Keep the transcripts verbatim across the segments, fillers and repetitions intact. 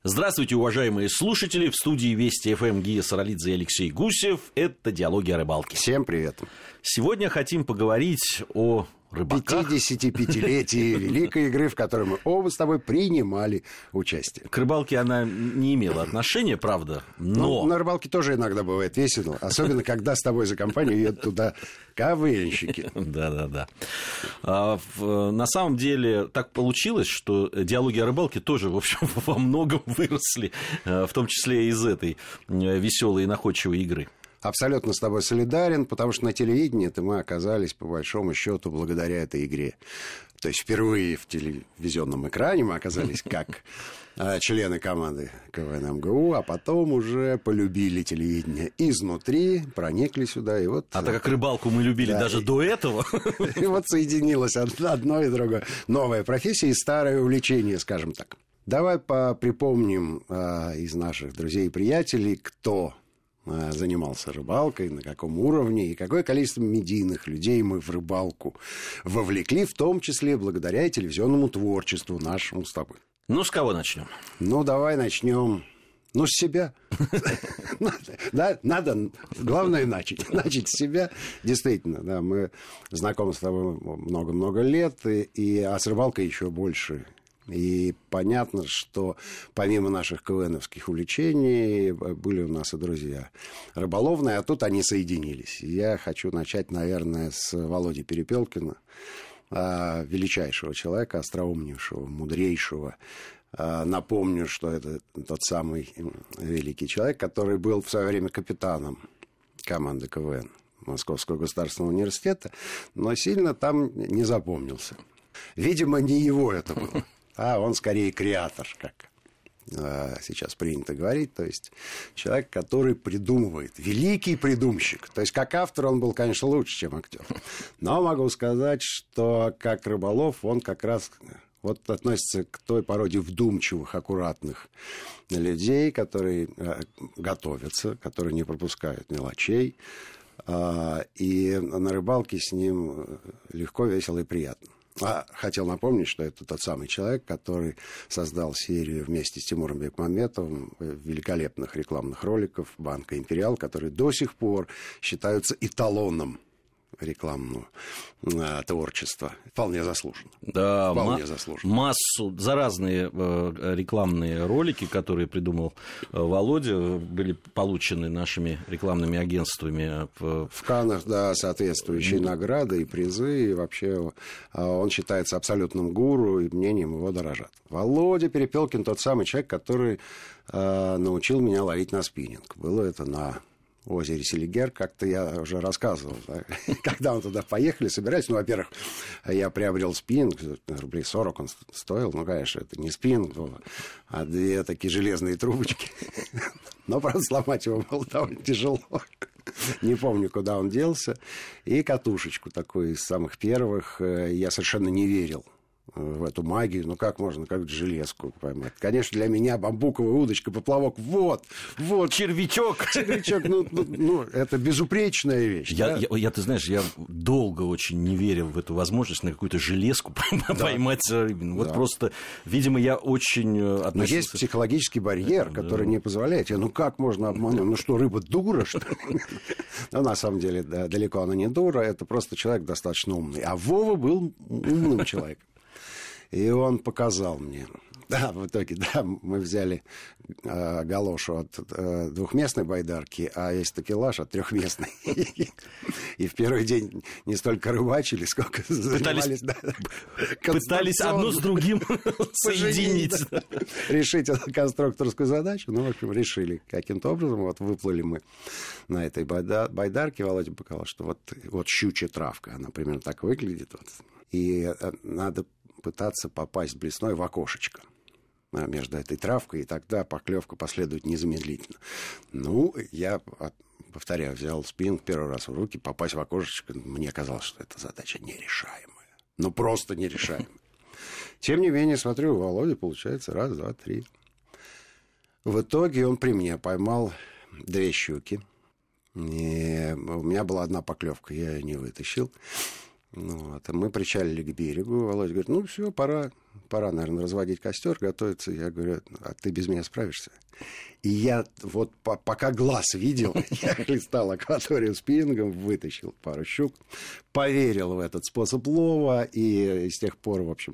Здравствуйте, уважаемые слушатели. В студии Вести эф эм Гия Саралидзе и Алексей Гусев. Это «Диалоги о рыбалке». Всем привет. Сегодня хотим поговорить о рыбаках. пятидесятипятилетие великой игры, в которой мы оба с тобой принимали участие. К рыбалке она не имела отношения, правда, но... Ну, на рыбалке тоже иногда бывает весело, особенно когда с тобой за компанию едут туда КВНщики. Да-да-да. На самом деле так получилось, что «Диалоги о рыбалке» тоже, в общем, во многом выросли, в том числе из этой веселой и находчивой игры. Абсолютно с тобой солидарен, потому что на телевидении-то мы оказались, по большому счету, благодаря этой игре. То есть впервые в телевизионном экране мы оказались как члены команды КВН эм гэ у, а потом уже полюбили телевидение изнутри, проникли сюда, и вот... А так как рыбалку мы любили да, даже и... до этого... И вот соединилось одно и другое. Новая профессия и старое увлечение, скажем так. Давай припомним из наших друзей и приятелей, кто... занимался рыбалкой, на каком уровне и какое количество медийных людей мы в рыбалку вовлекли, в том числе благодаря и телевизионному творчеству нашему с тобой. Ну, с кого начнем? Ну, давай начнем. Ну, с себя. Да, надо, главное, начать. Начать с себя. Действительно, да, мы знакомы с тобой много-много лет, и, а с рыбалкой еще больше. И понятно, что помимо наших КВНовских увлечений были у нас и друзья рыболовные, а тут они соединились. Я хочу начать, наверное, с Володи Перепелкина, величайшего человека, остроумнейшего, мудрейшего. Напомню, что это тот самый великий человек, который был в свое время капитаном команды КВН Московского государственного университета, но сильно там не запомнился. Видимо, не его это было. А он скорее креатор, как а, сейчас принято говорить. То есть человек, который придумывает. Великий придумщик. То есть как автор он был, конечно, лучше, чем актер. Но могу сказать, что как рыболов он как раз вот относится к той породе вдумчивых, аккуратных людей, которые а, готовятся, которые не пропускают мелочей. А, и на рыбалке с ним легко, весело и приятно. А хотел напомнить, что это тот самый человек, который создал серию вместе с Тимуром Бекмамбетовым великолепных рекламных роликов «Банка Империал», которые до сих пор считаются эталоном рекламного э, творчества. Вполне заслуженно. Да, Вполне ма- заслуженно. Массу, за разные э, рекламные ролики, которые придумал э, Володя, были получены нашими рекламными агентствами. В, в Каннах, да, соответствующие mm-hmm. награды и призы. И вообще э, он считается абсолютным гуру, и мнением его дорожат. Володя Перепелкин тот самый человек, который э, научил меня ловить на спиннинг. Было это на... озере Селигер, как-то я уже рассказывал, да? Когда мы туда поехали, собирались, ну, во-первых, я приобрел спиннинг, рублей сорок он стоил, ну, конечно, это не спиннинг, а две такие железные трубочки, но, правда, сломать его было довольно тяжело, не помню, куда он делся, и катушечку такую из самых первых, я совершенно не верил в эту магию, ну как можно, как железку поймать. Конечно, для меня бамбуковая удочка, поплавок, вот, вот. Червячок. Червячок, ну, ну, ну это безупречная вещь. Я, да? я, я, ты знаешь, я долго очень не верил в эту возможность на какую-то железку да. поймать рыбину. Вот да. просто, видимо, я очень относился... Но есть психологический барьер, который да. не позволяет. Ну как можно обмануть? Ну что, рыба дура, что ли? Но на самом деле далеко она не дура, это просто человек достаточно умный. А Вова был умным человеком. И он показал мне. Да, в итоге, да, мы взяли э, галошу от э, двухместной байдарки, а есть такелаж от трехместной. И в первый день не столько рыбачили, сколько занимались... Пытались одно с другим соединить. Решить эту конструкторскую задачу. Ну, в общем, решили каким-то образом. Вот выплыли мы на этой байдарке. Володя показал, что вот щучья травка, она примерно так выглядит. И надо пытаться попасть блесной в окошечко между этой травкой, и тогда поклевка последует незамедлительно. Ну, я, повторяю, взял спиннинг первый раз в руки, попасть в окошечко, мне казалось, что эта задача нерешаемая. Ну, просто нерешаемая. Тем не менее, смотрю, у Володи получается раз, два, три. В итоге он при мне поймал две щуки. И у меня была одна поклевка, я ее не вытащил. Вот. Мы причалили к берегу. Володя говорит, ну все, пора, пора, наверное, разводить костер, готовиться. Я говорю, а ты без меня справишься? И я вот по- пока глаз видел, я хлестал акваторию спиннингом, вытащил пару щук, поверил в этот способ лова и с тех пор, в общем,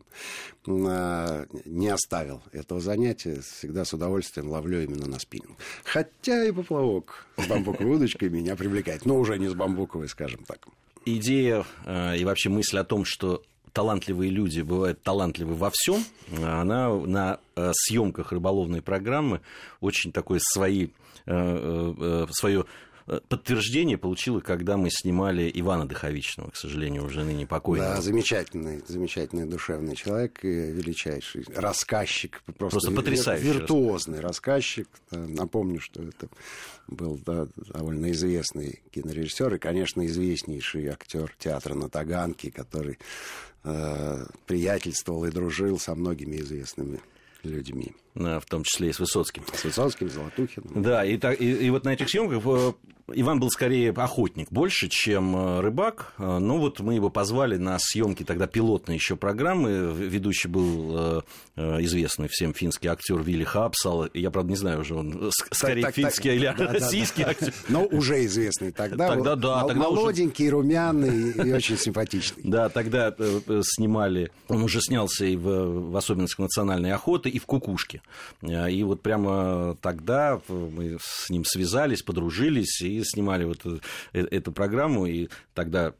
не оставил этого занятия. Всегда с удовольствием ловлю именно на спиннинг. Хотя и поплавок с бамбуковой удочкой меня привлекает, но уже не с бамбуковой, скажем так. Идея э, и вообще мысль о том, что талантливые люди бывают талантливы во всем, она на э, съемках рыболовной программы очень такое свои, э, э, свое подтверждение получила, когда мы снимали Ивана Дыховичного, к сожалению, уже ныне покойного. Да, замечательный, замечательный душевный человек, величайший рассказчик, просто, просто потрясающий, виртуозный рассказчик. Напомню, что это был да, довольно известный кинорежиссер и, конечно, известнейший актер театра на Таганке, который э, приятельствовал и дружил со многими известными людьми. В том числе и с Высоцким. С Высоцким, Золотухиным. Да, и, и, и вот на этих съемках Иван был скорее охотник больше, чем рыбак. Ну вот мы его позвали на съемки тогда пилотной еще программы. Ведущий был известный всем финский актер Вилли Хапсал. Я, правда, не знаю уже, он скорее так, финский так, или да, российский да, актер. Да. Но уже известный тогда. Тогда, да, тогда молоденький, уже... румяный и очень симпатичный. Да, тогда снимали... Он уже снялся и в, в особенностях национальной охоты, и в «Кукушке». И вот прямо тогда мы с ним связались, подружились и снимали вот эту программу. И тогда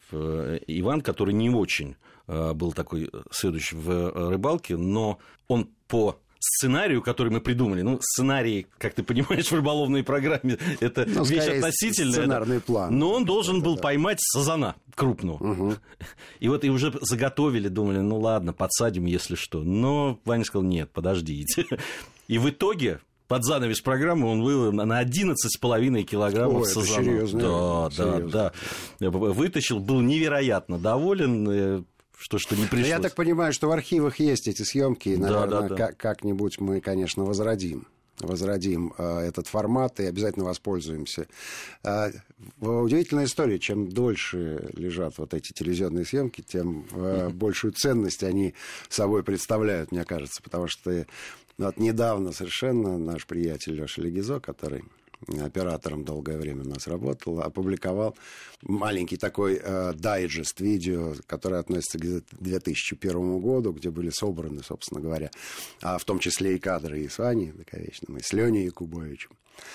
Иван, который не очень был такой следующий в рыбалке, но он по сценарию, который мы придумали, ну, сценарий, как ты понимаешь, в рыболовной программе, это ну, вещь относительная. Сценарный план. Но он должен был да. поймать сазана крупного. Угу. И вот и уже заготовили, думали, ну ладно, подсадим, если что. Но Ваня сказал, нет, подождите. И в итоге... Под занавес программы он выловил на одиннадцать с половиной килограммов сазана. Серьезно. Да, серьезно. да, да. Вытащил, был невероятно доволен. Что, что не пришлось. Я так понимаю, что в архивах есть эти съемки, и, наверное, да, да, да. Как- как-нибудь мы, конечно, возродим. возродим э, этот формат и обязательно воспользуемся. Э, удивительная история. Чем дольше лежат вот эти телевизионные съемки, тем э, большую ценность они собой представляют, мне кажется. Потому что вот недавно совершенно наш приятель Лёша Легизо, который оператором долгое время у нас работал, опубликовал маленький такой э, дайджест видео, который относится к две тысячи первому году, где были собраны, собственно говоря, а в том числе и кадры и с Ваней Дыховичным, и с Леней Якубовичем.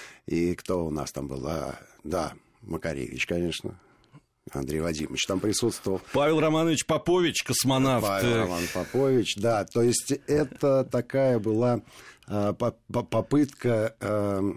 И кто у нас там был? А, да, Макаревич, конечно. Андрей Вадимович там присутствовал. Павел Романович Попович, космонавт. Павел Романович Попович, да. То есть это такая была э, попытка... Э,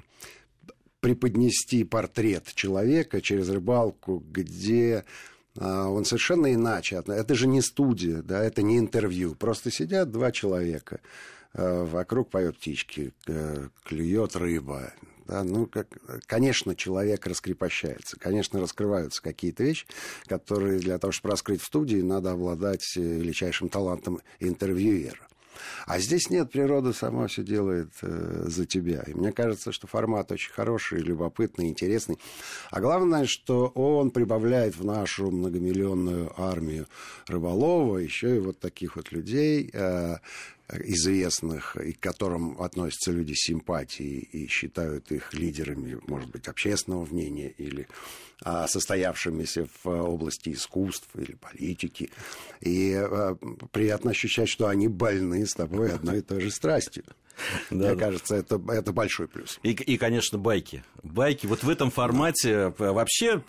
преподнести портрет человека через рыбалку, где а, он совершенно иначе. Это же не студия, да, это не интервью. Просто сидят два человека, а, вокруг поют птички, а, клюет рыба. Да, ну, как, конечно, человек раскрепощается, конечно, раскрываются какие-то вещи, которые для того, чтобы раскрыть в студии, надо обладать величайшим талантом интервьюера. А здесь нет, природа сама все делает э, за тебя. И мне кажется, что формат очень хороший, любопытный, интересный. А главное, что он прибавляет в нашу многомиллионную армию рыболова еще и вот таких вот людей, э, известных, и к которым относятся люди с симпатией и считают их лидерами, может быть, общественного мнения или а, состоявшимися в области искусств или политики. И а, приятно ощущать, что они больны с тобой одной и той же страстью. Да, Мне да. кажется, это, это большой плюс. И, и, конечно, байки. Байки. Вот в этом формате да. вообще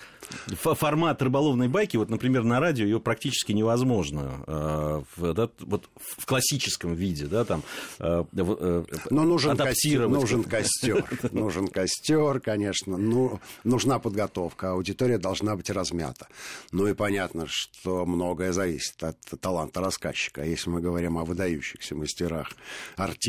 формат рыболовной байки, вот, например, на радио ее практически невозможно э, в, да, вот в классическом виде, да, там э, э, Но нужен адаптировать. Нужен костер. Нужен костер, конечно. Ну, нужна подготовка. Аудитория должна быть размята. Ну и понятно, что многое зависит от таланта рассказчика. А если мы говорим о выдающихся мастерах, артистах,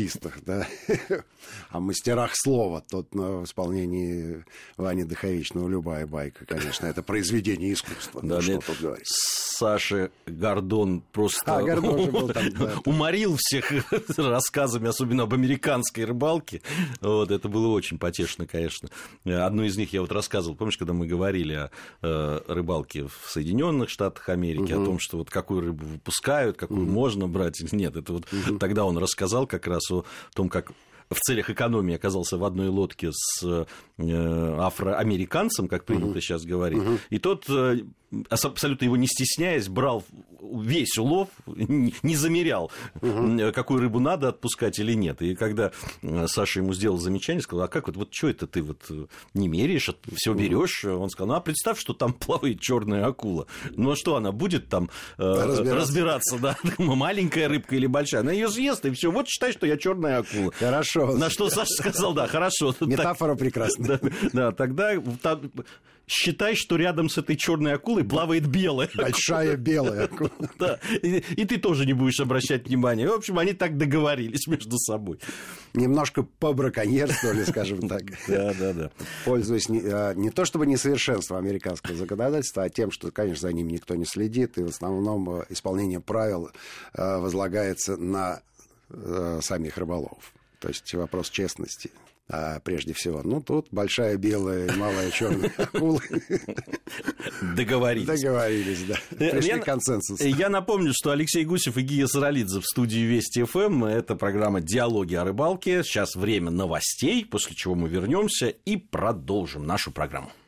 артистах, да, о мастерах слова. Тот в исполнении Вани Даховичного «Любая байка», конечно, это произведение искусства. Да, ну, что нет, тут говорить. Саша Гордон просто а, Гордон же был там, да, уморил всех рассказами, особенно об американской рыбалке. Вот, это было очень потешно, конечно. Одну из них я вот рассказывал, помнишь, когда мы говорили о э, рыбалке в Соединенных Штатах Америки, угу. о том, что вот какую рыбу выпускают, какую угу. можно брать или нет. Это вот угу. тогда он рассказал как раз о том, как в целях экономии оказался в одной лодке с э, афроамериканцем, как принято uh-huh. сейчас говорить, uh-huh. и тот, э, абсолютно его не стесняясь, брал весь улов, не замерял, uh-huh. какую рыбу надо отпускать или нет. И когда Саша ему сделал замечание, сказал, а как вот, вот что это ты вот не меряешь, все берешь? Uh-huh. Он сказал, ну а представь, что там плавает черная акула. Ну а что она будет там э, разбираться, разбираться да? Маленькая рыбка или большая? Она ее съест, и все. Вот считай, что я черная акула. Хорошо. На что Саша сказал, да, хорошо. Метафора прекрасная. Да, да, тогда там, считай, что рядом с этой черной акулой плавает белая. Большая белая акула. Да, и, и ты тоже не будешь обращать внимания. В общем, они так договорились между собой. Немножко побраконьерствовали, скажем так. Да, да, да. Пользуясь не, не то чтобы несовершенством американского законодательства, а тем, что, конечно, за ним никто не следит, и в основном исполнение правил возлагается на самих рыболовов. То есть вопрос честности, а прежде всего. Ну, тут большая белая и малая черная акула. Договорились. Договорились, да. Пришли к консенсусу. Я напомню, что Алексей Гусев и Гия Саралидзе в студии Вести эф эм. Это программа «Диалоги о рыбалке». Сейчас время новостей, после чего мы вернемся и продолжим нашу программу.